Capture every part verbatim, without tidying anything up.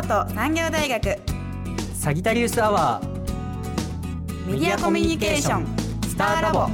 都産業大学サギタリウスアワーメディアコミュニケーションスターラボ。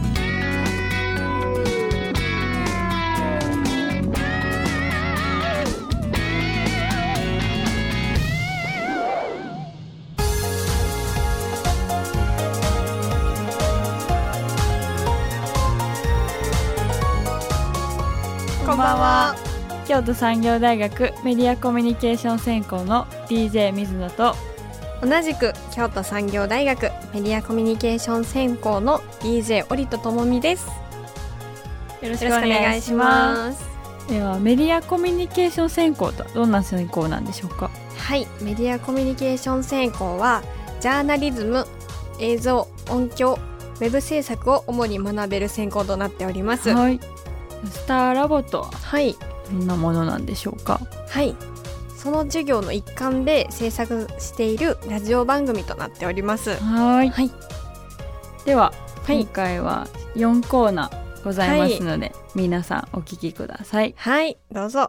こんばんは。京都産業大学メディアコミュニケーション専攻の ディージェー 水野と、 同じく京都産業大学メディアコミュニケーション専攻の ディージェー 織戸智美です。 よろしくお願いします。ではメディアコミュニケーション専攻とはどんな専攻なんでしょうか？ はい、メディアコミュニケーション専攻はジャーナリズム、映像、音響、ウェブ制作を主に学べる専攻となっております。 はい。スターラボとははいどんなものなんでしょうか？ はい、その授業の一環で制作しているラジオ番組となっております。 はい、 はい、 では、 はい、 今回はよんコーナーございますので、はい、皆さんお聞きください。 はい、どうぞ。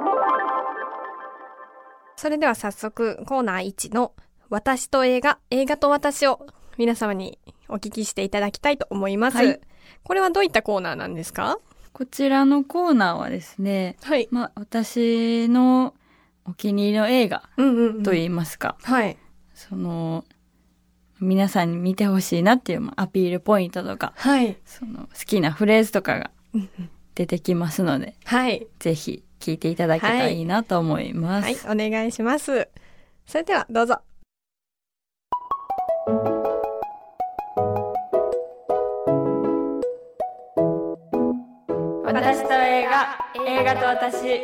それでは早速コーナーいちの私と映画、映画と私を皆様にお聞きしていただきたいと思います。はい、これはどういったコーナーなんですか？ こちらのコーナーはですね、はい、まあ、私のお気に入りの映画といいますか、 うんうんうん、はい、 その皆さんに見てほしいなっていうアピールポイントとか、 はい、 その好きなフレーズとかが出てきますので、 はい、ぜひ聞いていただけたらいいなと思います。 はい、はい、お願いします。それではどうぞ。 私と映画、映画と私。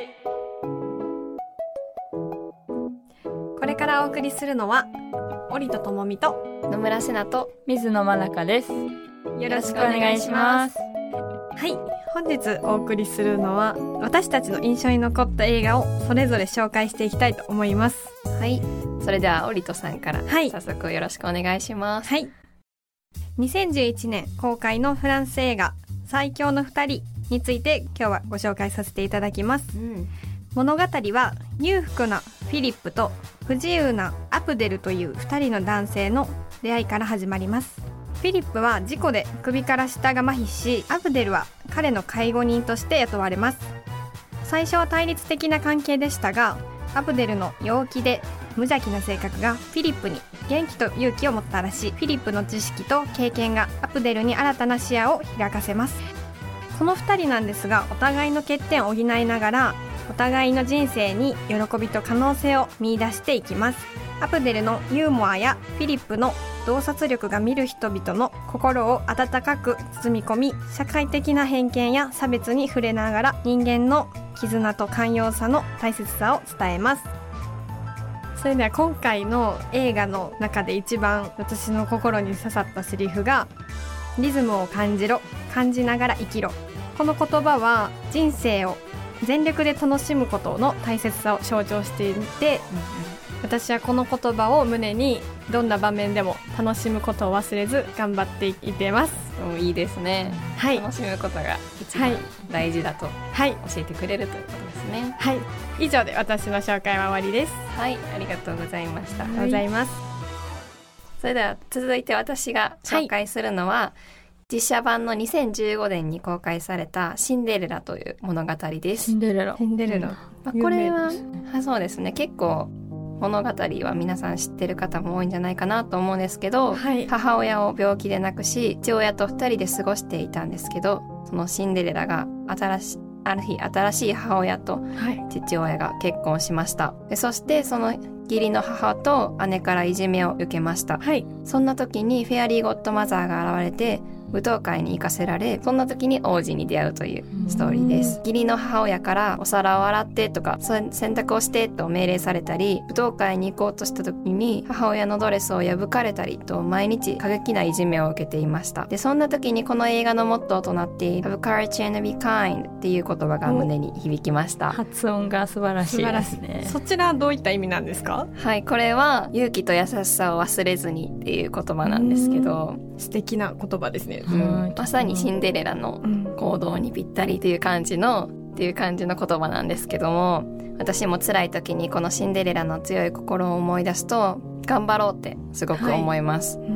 これからお送りするのは織戸智美と野村瀬奈と水野真中です。 よろしくお願いします。はい、本日お送りするのは私たちの印象に残った映画をそれぞれ紹介していきたいと思います。 はい、それでは織戸さんから早速よろしくお願いします。 はい、にせんじゅういちねん公開のフランス映画最強のふたりについて今日はご紹介させていただきます。うん、物語は裕福なフィリップと不自由なアプデルというふたりの男性の出会いから始まります。フィリップは事故で首から下が麻痺し、アプデルは彼の介護人として雇われます。最初は対立的な関係でしたが、アプデルの陽気で無邪気な性格がフィリップに元気と勇気をもたらし、フィリップの知識と経験がアプデルに新たな視野を開かせます。このふたりなんですが、お互いの欠点を補いながらお互いの人生に喜びと可能性を見出していきます。アプデルのユーモアやフィリップの洞察力が見る人々の心を温かく包み込み、社会的な偏見や差別に触れながら人間の絆と寛容さの大切さを伝えます。それでは今回の映画の中で一番私の心に刺さったセリフが、リズムを感じろ、感じながら生きろ。この言葉は人生を全力で楽しむことの大切さを象徴していて、うん、私はこの言葉を胸にどんな場面でも楽しむことを忘れず頑張っていってます。 いいですね、はい、楽しむことが一番大事だと教えてくれるということですね。 はい、以上で私の紹介は終わりです。 はい、ありがとうございました。 ありがとうございます。 それでは続いて私が紹介するのは、はい、実写版のにせんじゅうごねんに公開されたシンデレラという物語です。 シンデレラ、 シンデレラ、 まあ、これはあそうですね、結構物語は皆さん知ってる方も多いんじゃないかなと思うんですけど、はい、母親を病気で亡くし父親とふたりで過ごしていたんですけど、そのシンデレラが新しある日新しい母親と父親が結婚しました。でそしてその義理の母と姉からいじめを受けました、はい、そんな時にフェアリーゴッドマザーが現れて舞踏会に行かせられ、そんな時に王子に出会うというストーリーです。義理の母親からお皿を洗ってとか洗濯をしてと命令されたり、舞踏会に行こうとした時に母親のドレスを破かれたりと毎日過激ないじめを受けていました。でそんな時にこの映画のモットーとなっている Have courage and be kind っていう言葉が胸に響きました。 発音が素晴らしいですね。 そちらはどういった意味なんですか？ はい、これは勇気と優しさを忘れずにっていう言葉なんですけど、 素敵な言葉ですね。 うん、まさにシンデレラの行動にぴったりという感じのっていう感じの言葉なんですけども、私も辛い時にこのシンデレラの強い心を思い出すと頑張ろうってすごく思います、はい、うん、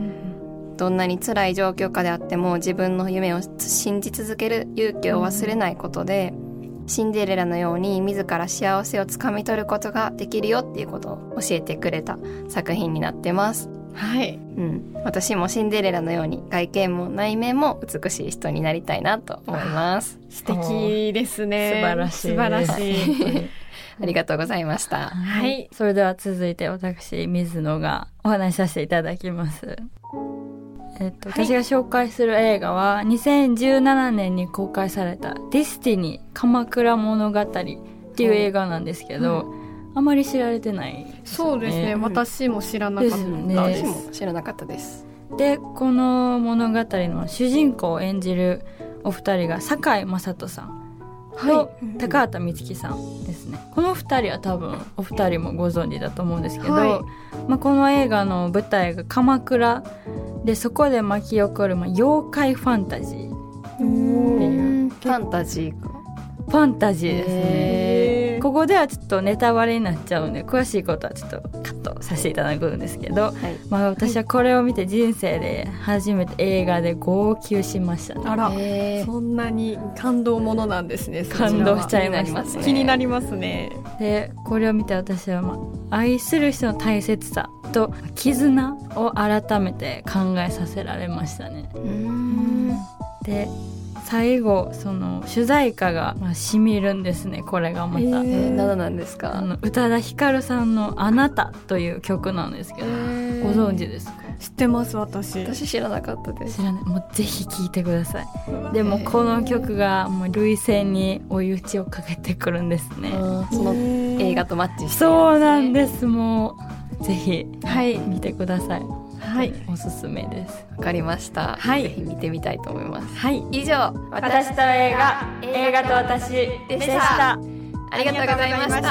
どんなに辛い状況下であっても自分の夢を信じ続ける勇気を忘れないことで、うん、シンデレラのように自ら幸せをつかみ取ることができるよっていうことを教えてくれた作品になってます。 はい、 うん、私もシンデレラのように外見も内面も美しい人になりたいなと思います。 素敵ですね。 素晴らしい。 素晴らしい。 ありがとうございました。 はい。それでは続いて私水野がお話しさせていただきます。えっと、はい、私が紹介する映画はにせんじゅうななねんに公開されたディスティニー鎌倉物語っていう映画なんですけど、うん、あまり知られてないですね。 そうですね、私も知らなかった、ね、 私も知らなかったです。 でこの物語の主人公を演じるお二人が堺雅人さんと高畑充希さんですね、はい、この二人は多分お二人もご存知だと思うんですけど、はい、まあ、この映画の舞台が鎌倉で、そこで巻き起こる、まあ、妖怪ファンタジーっていうファンタジーかファンタジーですね。ここではちょっとネタバレになっちゃうんで詳しいことはちょっとカットさせていただくんですけど、はい、まあ、私はこれを見て人生で初めて映画で号泣しましたね。 あら、そんなに感動ものなんですね。 感動しちゃいましたね。 気になりますね。 でこれを見て私は、まあ、愛する人の大切さと絆を改めて考えさせられましたね。うーんで最後その主題歌がまあ染みるんですね。これがまた、えー、何なんですか？ あの宇多田ヒカルさんのあなたという曲なんですけど、えー、ご存知ですか？ 知ってます。私私知らなかったです。 知らない。もうぜひ聴いてください。でもこの曲がもう涙腺に追い打ちをかけてくるんですね。 その映画とマッチしてるんですね。 そうなんです。もうぜひ見てください。はい、おすすめです。 わかりました、はい、ぜひ見てみたいと思います。 はい、 以上私と映画映画と私でした。 ありがとうございました。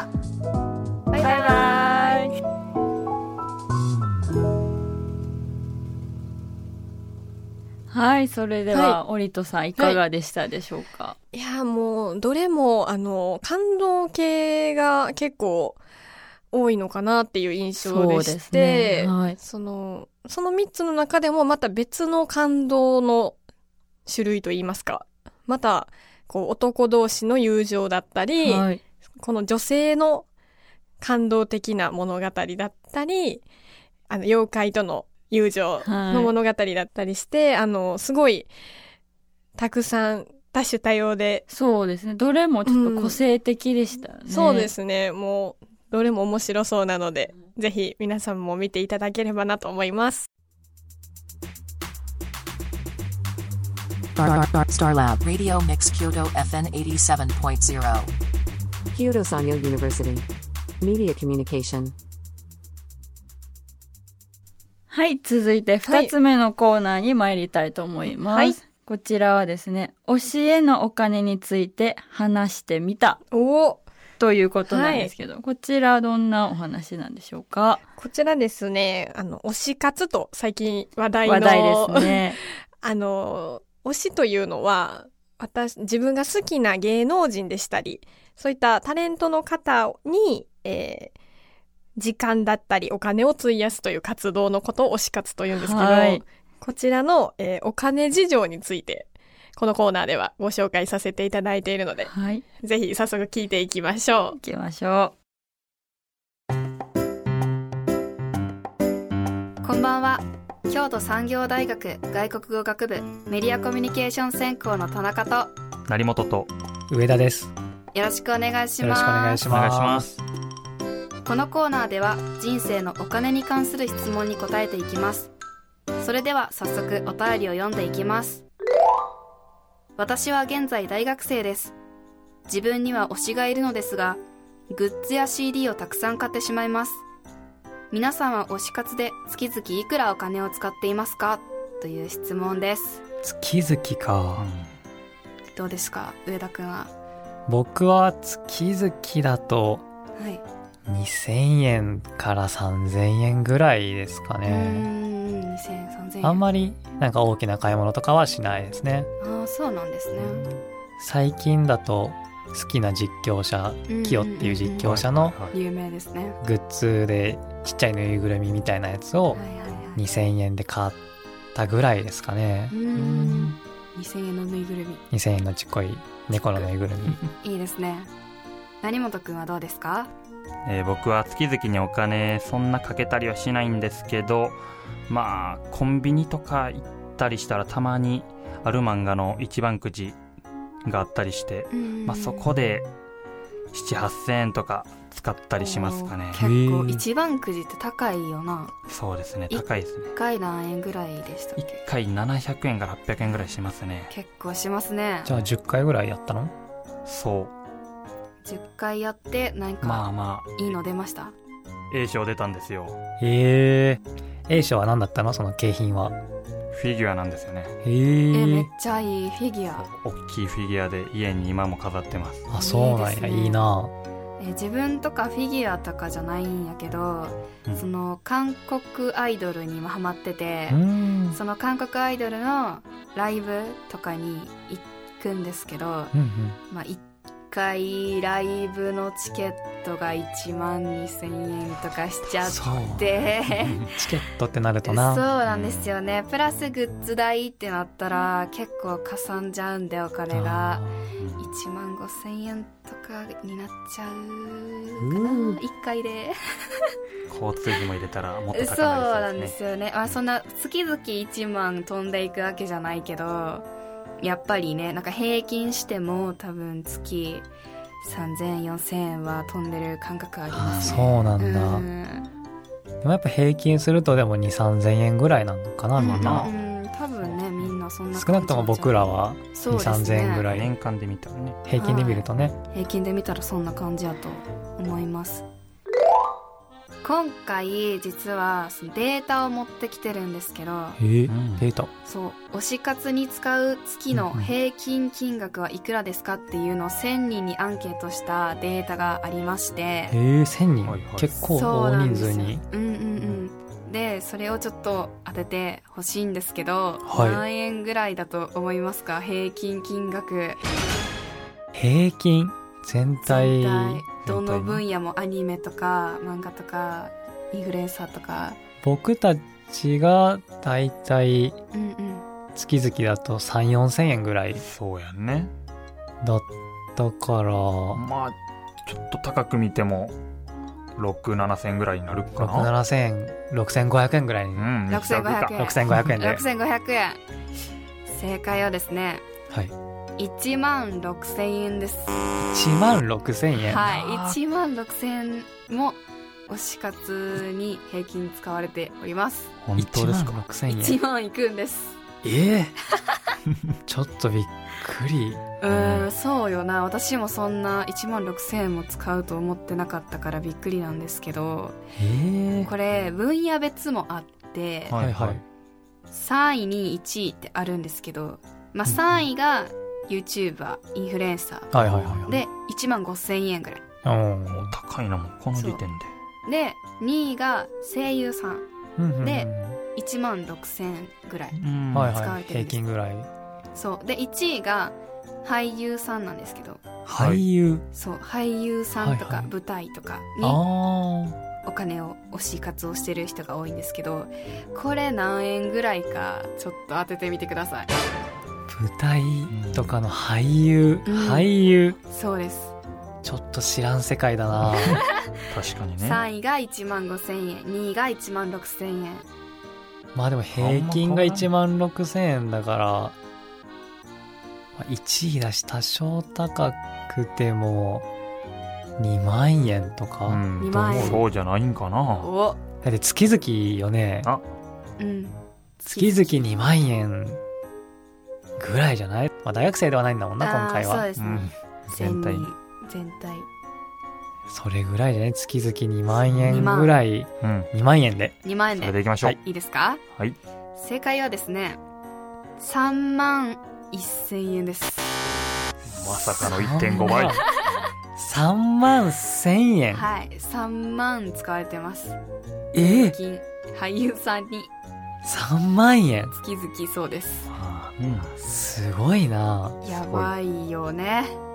バイバイ。はい、それでは、はい、オリトさんいかがでしたでしょうか？はい、いやもうどれもあの感動系が結構多いのかなっていう印象でして、ね、はい、そのそのみっつの中でもまた別の感動の種類といいますか、またこう男同士の友情だったり、はい、この女性の感動的な物語だったり、あの妖怪との友情の物語だったりして、はい、あのすごいたくさん多種多様で、 そうですね、どれもちょっと個性的でしたね、 うん、そうですね、もうどれも面白そうなので、ぜひ皆さんも見ていただければなと思います。 Star Lab Radio Mix Kyoto エフエム はちじゅうななてんゼロ Kyoto Sanyo University Media Communication。 はい、続いてふたつめのコーナーに参りたいと思います、はい、こちらはですね、推しへのお金について話してみたおということなんですけど、はい、こちらはどんなお話なんでしょうか？ こちらですね、あの推し活と最近話題の話題ですねあの推しというのは、私自分が好きな芸能人でしたり、そういったタレントの方に、えー、時間だったりお金を費やすという活動のことを推し活というんですけど、はい、こちらの、えー、お金事情についてこのコーナーではご紹介させていただいているので、はい、ぜひ早速聞いていきましょう。 行きましょう。 こんばんは。京都産業大学外国語学部メディアコミュニケーション専攻の田中と成本と上田です。 よろしくお願いします。 よろしくお願いします。 このコーナーでは人生のお金に関する質問に答えていきます。それでは早速お便りを読んでいきます。私は現在大学生です。自分には推しがいるのですが、グッズや シーディー をたくさん買ってしまいます。皆さんは推し活で月々いくらお金を使っていますか？という質問です。 月々か、 どうですか、上田くんは？僕は月々だとにせんえんからさんぜんえんぐらいですかね。うーん、にせんえん、さんぜんえん。 あんまりなんか大きな買い物とかはしないですね。 ああ、そうなんですね。 最近だと好きな実況者、キヨっていう実況者の有名ですね。 グッズでちっちゃいぬいぐるみみたいなやつをにせんえんで買ったぐらいですかね。 うん、にせんえんのぬいぐるみ。 にせんえんのちっこい猫のぬいぐるみ。いいですね。成本くんはどうですか？ えー、僕は月々にお金そんなかけたりはしないんですけど、まあコンビニとか行ったりしたらたまにある漫画の一番くじがあったりして、まあ、そこでなな、はっせんえんとか使ったりしますかね。 結構一番くじって高いよな。 そうですね、高いですね。 いっかい何円ぐらいでしたっけ？ いっかいななひゃくえんからはっぴゃくえんぐらいしますね。 結構しますね。 じゃあじゅっかいぐらいやったの？ そう、 じゅっかいやって何かまあまあいいの出ました？ A 賞出たんですよ。 へえ。 A 賞は何だったの？その景品は。 フィギュアなんですよね。 へえ。 えめっちゃいいフィギュア。 大きいフィギュアで家に今も飾ってます。 あ、そうなんや。いい、ね、いいな。 え自分とかフィギュアとかじゃないんやけど、うん、その韓国アイドルにもハマってて、その韓国アイドルのライブとかに行くんですけど、うんうん、まあいっかいライブのチケットがいちまんにせんえんとかしちゃってチケットってなるとな。 そうなんですよね。プラスグッズ代ってなったら結構かさんじゃうんで、お金がいちまんごせんえんとかになっちゃうかな、いっかいで交通費も入れたらもっと高くなりそうですね。 そうなんですよね。まあ、そんな月々いちまん飛んでいくわけじゃないけど、やっぱりね、なんか平均しても多分月さんぜんえんよんせんえんは飛んでる感覚ありますね。 あ、そうなんだ。うん、でもやっぱ平均するとでもに、さんぜんえんぐらいなのかな、みんな。 うん、多分ね、みんなそんな感じ。 少なくとも僕らはに、さんぜんえんぐらい。 年間で見たらね。 平均で見るとね、はい。 平均で見たらそんな感じやと思います。今回実はそのデータを持ってきてるんですけど、 えー、データ。 そう、推し活に使う月の平均金額はいくらですかっていうのをせんにんにアンケートしたデータがありまして、 えー、せんにん、はいはい、結構大人数に。 うんうんうん。でそれをちょっと当ててほしいんですけど、はい、何円ぐらいだと思いますか？平均金額。 平均全体、 全体どの分野もアニメとか漫画とかインフルエンサーとか。 僕たちがだいたい月々だとさん、よんせんえんぐらい。 そうやね。 だったからまあちょっと高く見てもろく、ななせんえんぐらいになるかな。 ろく、ななせんえん、ろくせんごひゃくえんぐらいに、うん、 ろくせんごひゃくえんろくせんごひゃくえんでろくせんごひゃくえん。正解はですね、 はい、 いちまんろくせんえんです。 いちまんろくせんえん。 はい、いちまんろくせんえんも推し活に平均使われております。 本当ですか？ いちまんろくせんえん。 いちまんいくんです。 えー、ちょっとびっくり。 うーん、そうよな。私もそんないちまんろくせんえんも使うと思ってなかったからびっくりなんですけど、 えー、 これ分野別もあって、 はいはい、 さんいにいちいってあるんですけど、まあ、さんいが YouTuber、インフルエンサー、 はいはいはい、 でいちまんごせんえんぐらい。 高いな、もうこの時点で。 でにいが声優さんでいちまんろくせんえんぐらい使われてるんです、はいはい、 平均ぐらい。 そうでいちいが俳優さんなんですけど、 俳優、 そう俳優さんとか舞台とかにお金を推し活をしてる人が多いんですけど、これ何円ぐらいかちょっと当ててみてください。 舞台とかの俳優、うん、俳優、 そうです。 ちょっと知らん世界だな確かにね。 さんいがいちまんごせんえん、にいがいちまんろくせんえん。 まあでも平均がいちまんろくせんえんだからいちいだし、多少高くてもにまんえんとか、うん、 にまんえんそうじゃないんかな。 おだって月々よね。 あ、 うん、 月々にまんえんぐらいじゃない？まあ、大学生ではないんだもんな今回は。 そうですね、うん、全体全体それぐらいじゃね。月々にまんえんぐらい、うん、にまんえんでにまんえんでそれでいきましょう。 はい、いいですか？ はい。 正解はですねさんまんせんえんです。 まさかの いってんごばいさんまんせんえん。 はい、さんまん使われてます。 えー、 金俳優さんにさんまんえん月々。そうです。 はあ、うん、すごいな。 やばいよね。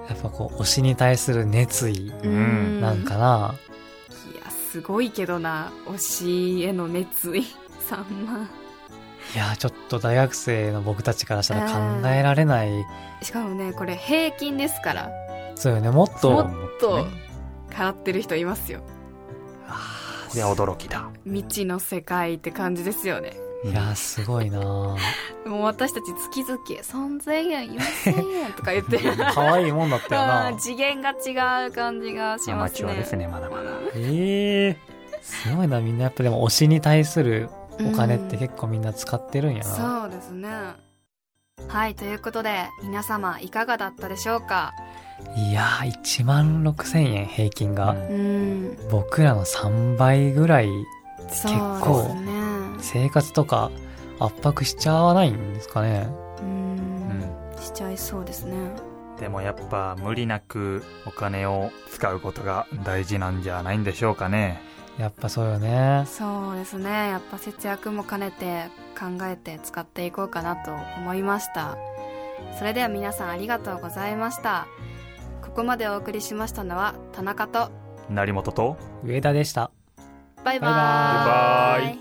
やっぱこう推しに対する熱意なんかな。 いやすごいけどな、推しへの熱意さんまん。 いやちょっと大学生の僕たちからしたら考えられない。 しかもねこれ平均ですから。 そうよね、もっともっと払ってる人いますよ。 いや驚きだ。 未知の世界って感じですよね。 いやすごいな。もう私たち月々さんぜんえんよんせんえんとか言って可愛いもんだったよな。 次元が違う感じがしますね。 アマチュアですねまだまだ。 えー、すごいな。みんなやっぱでも推しに対するお金って結構みんな使ってるんやな。 そうですね。はい、ということで皆様いかがだったでしょうか。 いやーいちまんろくせんえん平均が、 うん、 僕らのさんばいぐらい結構そうですね、 生活とか圧迫しちゃわないんですかね。 うん、うん、しちゃいそうですね。 でもやっぱ無理なくお金を使うことが大事なんじゃないんでしょうかね。 やっぱそうよね。 そうですね。やっぱ節約も兼ねて考えて使っていこうかなと思いました。それでは皆さんありがとうございました。ここまでお送りしましたのは田中と成本と上田でした。 バイバイ。 バイバイ。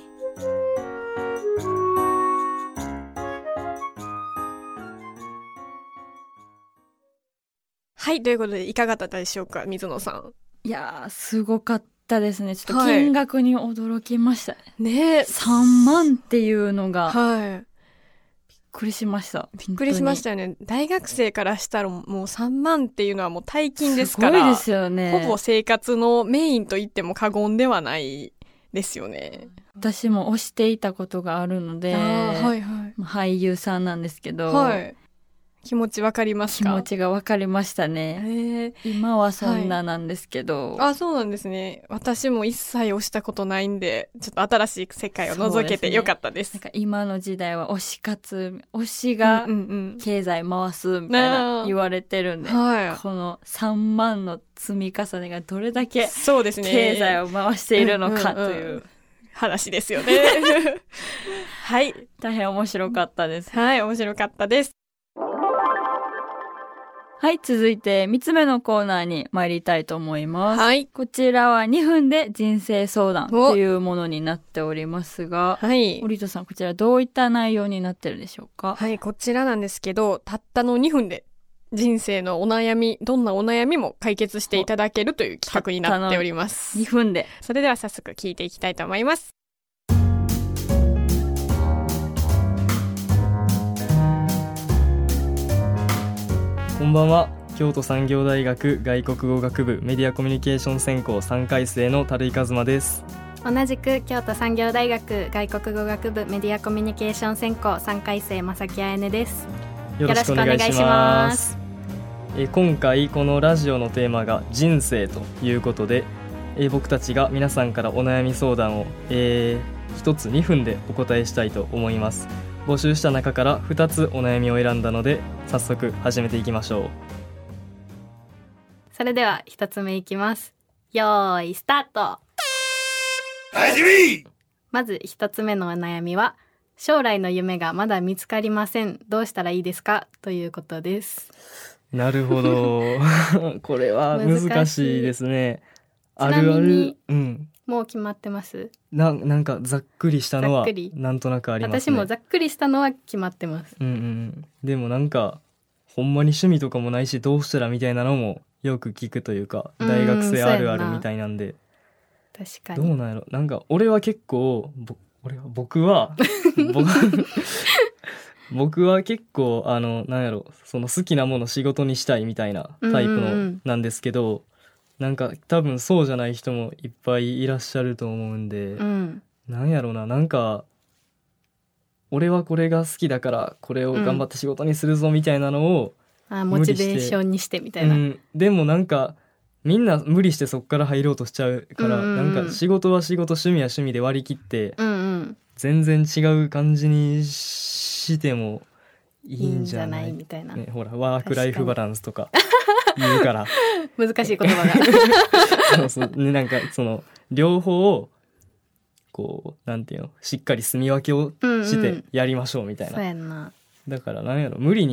はい、ということでいかがだったでしょうか、水野さん。 いやーすごかったですね。ちょっと金額に驚きましたね。 はい、ねえ、 さんまんっていうのが、 はい、 びっくりしました。 びっくりしましたよね。大学生からしたらもうさんまんっていうのはもう大金ですから、 すごいですよね。 ほぼ生活のメインと言っても過言ではないですよね。 私も推していたことがあるので、 はいはい、 俳優さんなんですけど、 はい、気持ちわかりますか？ 気持ちがわかりましたね。今はそんななんですけど、 はい、あ、そうなんですね。私も一切推したことないんで、ちょっと新しい世界を覗けてよかったです。 ですね、なんか今の時代は推し活、推しが経済回すみたいな言われてるんで、うんうんうん、このさんまんの積み重ねがどれだけ経済を回しているのかという話ですよね。はい、 大変面白かったです。 はい、面白かったです。 はい、続いてみっつめのコーナーに参りたいと思います。 はい。 こちらはにふんで人生相談というものになっておりますが、 はい。 オリトさん、こちらどういった内容になってるでしょうか？ はい、こちらなんですけど、たったのにふんで人生のお悩み、どんなお悩みも解決していただけるという企画になっております。 にふんで。 それでは早速聞いていきたいと思います。 こんばんは。京都産業大学外国語学部メディアコミュニケーション専攻さんかい生の樽井一馬です。 同じく京都産業大学外国語学部メディアコミュニケーション専攻さんかい生正木彩音です。 よろしくお願いします。え今回このラジオのテーマが人生ということで、え僕たちが皆さんからお悩み相談を、えー、ひとつにふんでお答えしたいと思います。募集した中からふたつお悩みを選んだので早速始めていきましょう。 それではひとつめいきます。よーいスタート。まずひとつめのお悩みは、将来の夢がまだ見つかりません、どうしたらいいですかということです。 なるほど。これは難しいですね。あるある、うん、 もう決まってます？ な, なんかざっくりしたのはなんとなくありますね。 私もざっくりしたのは決まってます。 うんうん、でもなんかほんまに趣味とかもないしどうしたらみたいなのもよく聞くというか、大学生あるあるみたいなんで。 確かに。 どうなんやろ。なんか俺は結構ぼ俺は僕は僕, 僕は結構あのなんやろ、その好きなもの仕事にしたいみたいなタイプのなんですけど、うんうんうん、なんか多分そうじゃない人もいっぱいいらっしゃると思うんで、 うん、 なんやろな、なんか俺はこれが好きだからこれを頑張って仕事にするぞみたいなのを、 うん、あモチベーションにしてみたいな、 うん、でもなんかみんな無理してそっから入ろうとしちゃうから、うんうんうん、なんか仕事は仕事、趣味は趣味で割り切って、 うんうん、 全然違う感じにしてもいいんじゃない、 いいんじゃないみたいな、 ね、ほらワークライフバランスとか言うから難しい言葉がそうそう、ね、なんかその両方をこうなんていうの、しっかり住み分けをしてやりましょうみたいな、 うんうん、そうやんな。 だからなんやろ、無理に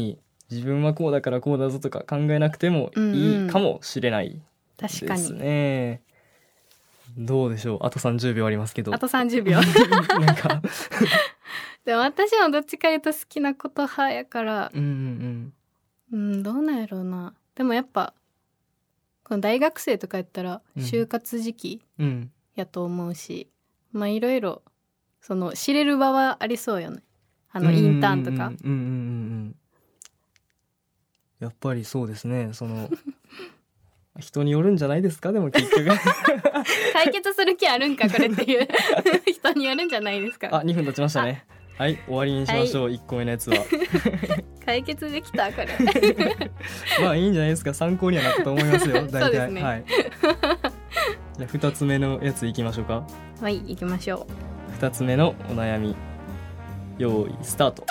自分はこうだからこうだぞとか考えなくてもいいかもしれないですね、うんうん、確かに。どうでしょう、あとさんじゅうびょうありますけど。 あとさんじゅうびょうなんかでも私もどっちか言うと好きなこと派やから、 うんうんうん、 うんどうなんやろうな。でもやっぱこの大学生とかやったら就活時期やと思うし、うん、まあいろいろその知れる場はありそうよね。あのインターンとか、うんうんうんうん、 やっぱりそうですね。その人によるんじゃないですか。でも結局解決する気あるんかこれっていう人によるんじゃないですか。 あ、にふん経ちましたね。はい、終わりにしましょう、はい、いっこめのやつは解決できたこれまあいいんじゃないですか。参考にはなったと思いますよ大体。 そうですね、 はい、じゃあふたつめのやついきましょうか。 はい、いきましょう。ふたつめのお悩み、用意スタート。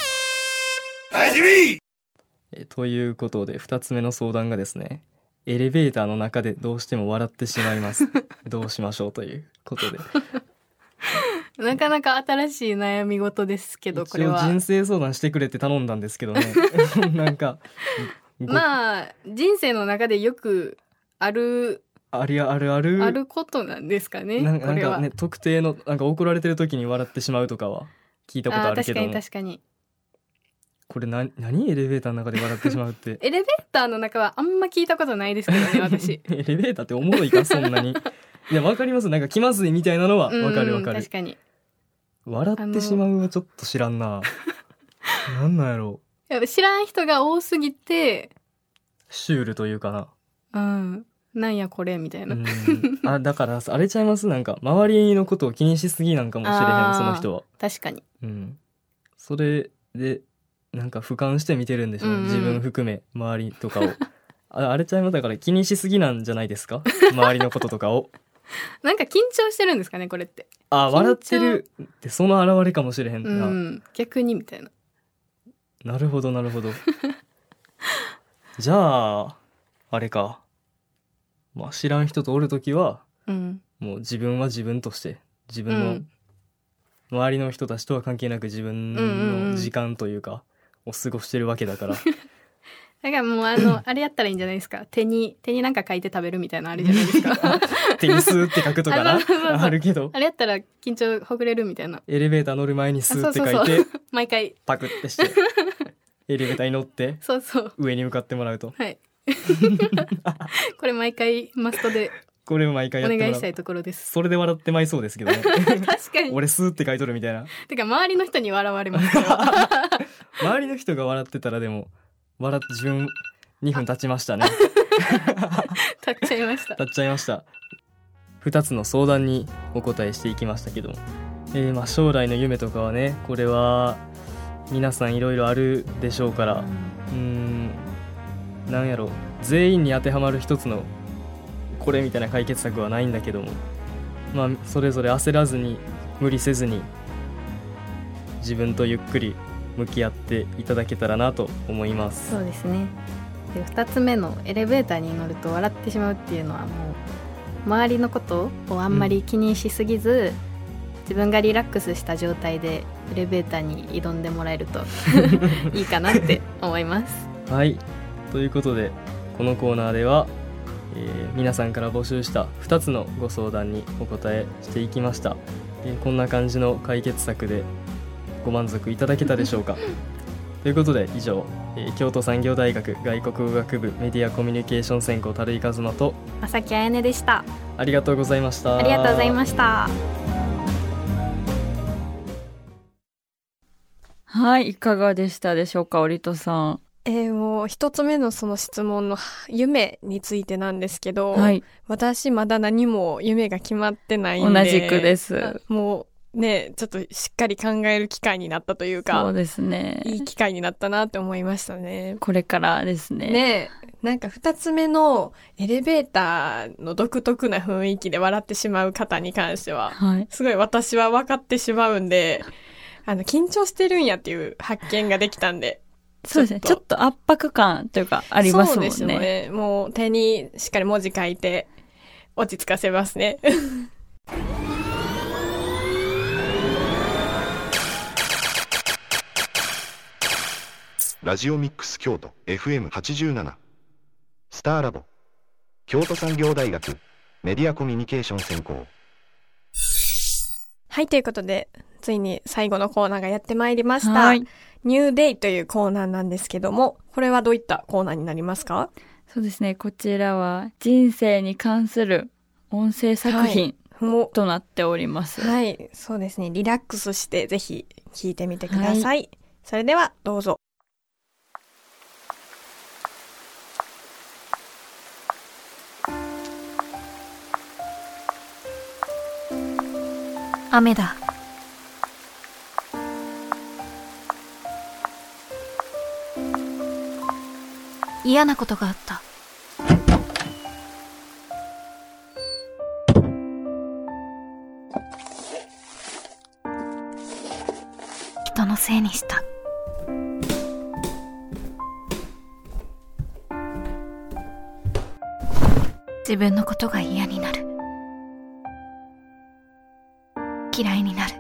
えということでふたつめの相談がですね、エレベーターの中でどうしても笑ってしまいますどうしましょうということでなかなか新しい悩み事ですけど、これは一応人生相談してくれって頼んだんですけどねなんかまあ人生の中でよくあるありあるあるあることなんですかね。 なんかね、特定のなんか怒られてる時に笑ってしまうとかは聞いたことあるけども、 確かに確かに。これな何エレベーターの中で笑ってしまうってエレベーターの中はあんま聞いたことないですけどね私エレベーターっておもろいかそんなにいやわかります、なんか気まずいみたいなのはわかるわかる。 確かに笑ってしまうはちょっと知らんななんなんやろう。やっぱ知らん人が多すぎてシュールというかな、 うんなんやこれみたいな。うんあだからあれちゃいます、なんか周りのことを気にしすぎなんかもしれへんその人は。 確かに、 うん、それでなんか俯瞰して見てるんでしょう、うんうん、自分含め周りとかをあ, あれちゃいます、だから気にしすぎなんじゃないですか周りのこととかをなんか緊張してるんですかねこれって。 あ笑ってるってその表れかもしれへんな、 うん、逆にみたいな。 なるほどなるほどじゃああれか、まあ、知らん人とおるときは、うん、もう自分は自分として自分の周りの人たちとは関係なく自分の時間というかを過ごしてるわけだからだからもうあのあれやったらいいんじゃないですか。手に手に何か書いて食べるみたいなのあるじゃないですか手にスーって書くとかな あ, そうそうそうあるけど、 あれやったら緊張ほぐれるみたいな。 エレベーター乗る前にスーって書いて、そうそうそう毎回パクってしてエレベーターに乗ってそうそう上に向かってもらうと。 はいこれ毎回マストでこれ毎回やってもらう。 お願いしたいところです。 それで笑ってまいそうですけどね確かに俺スーって書いとるみたいな。 てか周りの人に笑われます周りの人が笑ってたらでも笑って自分にふん経ちましたね経っちゃいました経っちゃいましたふたつの相談にお答えしていきましたけど、えー、まあ将来の夢とかはね、これは皆さんいろいろあるでしょうから、うーんなんやろ、全員に当てはまる一つのこれみたいな解決策はないんだけども、まあそれぞれ焦らずに無理せずに自分とゆっくり向き合っていただけたらなと思います。 そうですね。でふたつめのエレベーターに乗ると笑ってしまうっていうのはもう周りのことをあんまり気にしすぎず、うん、自分がリラックスした状態でエレベーターに挑んでもらえるといいかなって思いますはい、ということでこのコーナーでは、えー、皆さんから募集したふたつのご相談にお答えしていきました、えー、こんな感じの解決策でご満足いただけたでしょうかということで以上、えー、京都産業大学外国語学部メディアコミュニケーション専攻樽井一馬と正木彩音でした。 ありがとうございました。 ありがとうございました。 はい、いかがでしたでしょうか、織戸さん。 えー、もう一つ目のその質問の夢についてなんですけど、 はい、 私まだ何も夢が決まってないんで、 同じくです。 もうね、ちょっとしっかり考える機会になったというか、 そうですね、 いい機会になったなって思いましたね。 これからですね。 ね、なんか二つ目のエレベーターの独特な雰囲気で笑ってしまう方に関しては、 はい、 すごい私は分かってしまうんで、あの緊張してるんやっていう発見ができたんで、 そうですね、ちょっと圧迫感というかありますもんね。 そうですよね。もう手にしっかり文字書いて落ち着かせますねララジオミックス京都 エフエムはちじゅうなな スターラボ京都産業大学メディアコミュニケーション専攻。 はい、ということでついに最後のコーナーがやってまいりました。 はい、 ニューデイというコーナーなんですけども、これはどういったコーナーになりますか？ そうですね、こちらは人生に関する音声作品、はい、となっております。 はい、そうですね、リラックスしてぜひ聞いてみてください。はい、それではどうぞ。 雨だ。嫌なことがあった。人のせいにした。自分のことが嫌になる。嫌いになる。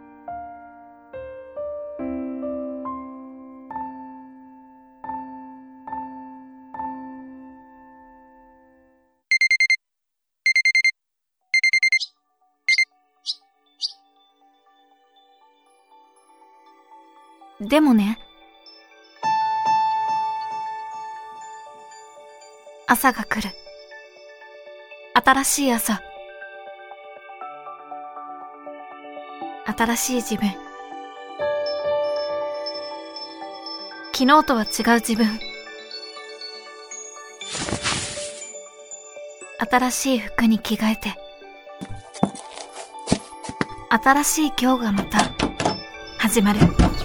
でもね、朝が来る。新しい朝。新しい自分。昨日とは違う自分。新しい服に着替えて、新しい今日がまた始まる。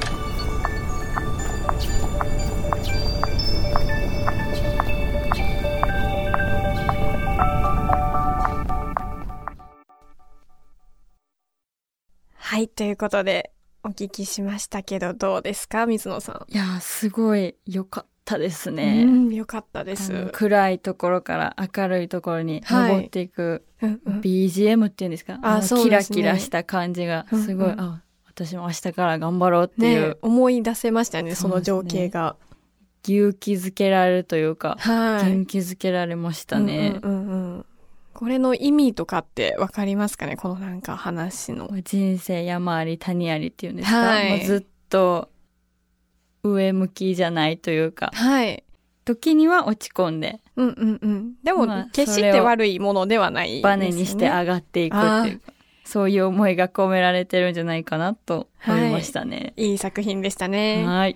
はい、ということでお聞きしましたけど、どうですか水野さん？ いや、すごい良かったですね。 うん、良かったです。 暗いところから明るいところに登っていく、はい、うんうん、ビージーエム っていうんですか、あ、そうですね、キラキラした感じがすごい、うんうん、あ、私も明日から頑張ろうっていう、 ね、思い出せましたね、その情景が。 勇気づけられるというか、はい、元気づけられましたね。 うんうんうんうん、これの意味とかってわかりますかね？このなんか話の。 人生山あり谷ありっていうんですか、はい、もうずっと上向きじゃないというか、はい、時には落ち込んで、 うんうんうん、でも、まあ、決して悪いものではないですね。 バネにして上がっていくっていうか、そういう思いが込められてるんじゃないかなと思いましたね。 はい、いい作品でしたね。 はい。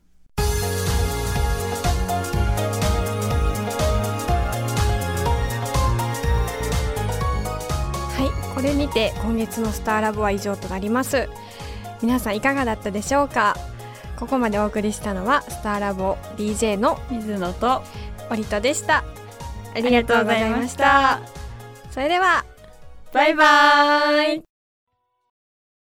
これにて今月のスターラボは以上となります。皆さんいかがだったでしょうか？ここまでお送りしたのはスターラボ ディージェー の水野と織戸でした。ありがとうございました。それではバイバーイ。